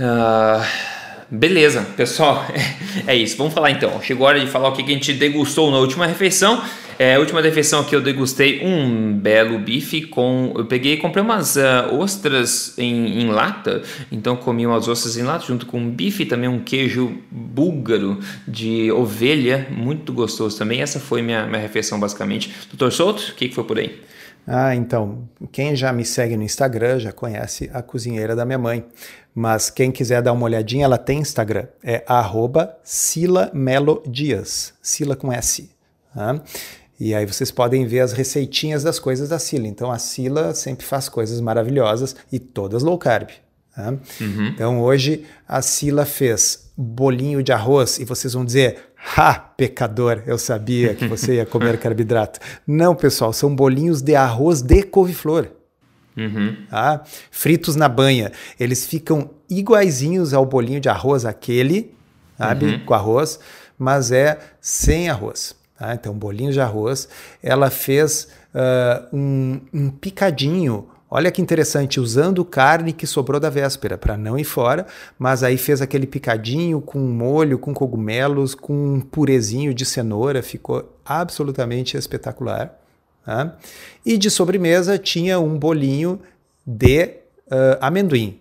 Uh, beleza, pessoal. É isso. Vamos falar então. Chegou a hora de falar o que a gente degustou na última refeição. É, a última refeição aqui eu degustei um belo bife com... Eu peguei e comprei umas uh, ostras em, em lata. Então comi umas ostras em lata junto com um bife, também um queijo búlgaro de ovelha. Muito gostoso também. Essa foi minha, minha refeição basicamente. doutor Souto, o que, que foi por aí?
Ah, então, quem já me segue no Instagram já conhece a cozinheira da minha mãe, mas quem quiser dar uma olhadinha, ela tem Instagram, é arroba Sila Melo Dias, Sila com S. Tá? E aí vocês podem ver as receitinhas das coisas da Sila. Então a Sila sempre faz coisas maravilhosas e todas low carb. Tá? Uhum. Então hoje a Sila fez bolinho de arroz e vocês vão dizer... Ha, pecador, eu sabia que você ia comer carboidrato. Não, pessoal, são bolinhos de arroz de couve-flor.
Uhum.
Tá? Fritos na banha. Eles ficam iguaizinhos ao bolinho de arroz, aquele, sabe, uhum. com arroz, mas é sem arroz. Tá? Então, bolinho de arroz. Ela fez uh, um, um picadinho. Olha que interessante, usando carne que sobrou da véspera, para não ir fora, mas aí fez aquele picadinho com molho, com cogumelos, com um purezinho de cenoura, ficou absolutamente espetacular. Tá? E de sobremesa tinha um bolinho de uh, amendoim,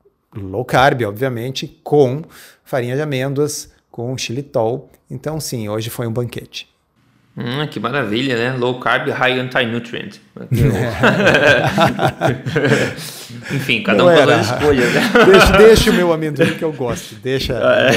low carb, obviamente, com farinha de amêndoas, com xilitol. Então sim, hoje foi um banquete.
Hum, que maravilha, né? Low carb, high anti-nutrient. Enfim, cada um com as escolhas, né?
Deixa, deixa o meu amendoim que eu gosto. Deixa.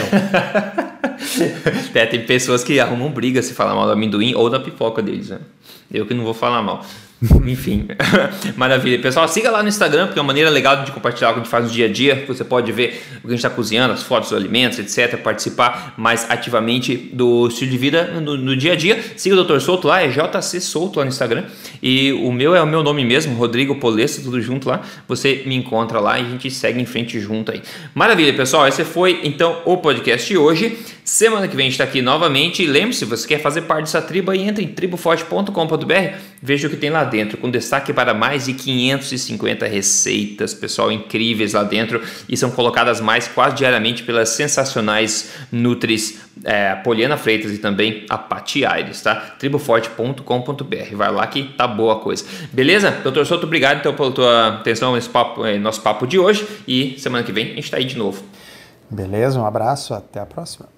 É. É, tem pessoas que arrumam briga se falar mal do amendoim ou da pipoca deles, né? Eu que não vou falar mal. Enfim, maravilha. Pessoal, siga lá no Instagram, porque é uma maneira legal de compartilhar o que a gente faz no dia a dia. Você pode ver o que a gente está cozinhando, as fotos dos alimentos, etcétera. Participar mais ativamente do estilo de vida no, no dia a dia. Siga o doutor Souto lá, é J C Souto lá no Instagram. E o meu é o meu nome mesmo, Rodrigo Polesta, tudo junto lá. Você me encontra lá e a gente segue em frente junto aí. Maravilha, pessoal. Esse foi então o podcast de hoje. Semana que vem a gente está aqui novamente. E lembre-se, se você quer fazer parte dessa tribo, aí entra em tribo forte ponto com ponto b r, veja o que tem lá dentro, com destaque para mais de quinhentas e cinquenta receitas, pessoal, incríveis lá dentro, e são colocadas mais quase diariamente pelas sensacionais Nutris, é, Poliana Freitas e também a Pati Aires, tá? tribo forte ponto com ponto b r, vai lá que tá boa a coisa. Beleza? doutor Souto, obrigado então pela tua atenção nesse papo, nosso papo de hoje, e semana que vem a gente está aí de novo.
Beleza, um abraço, até a próxima.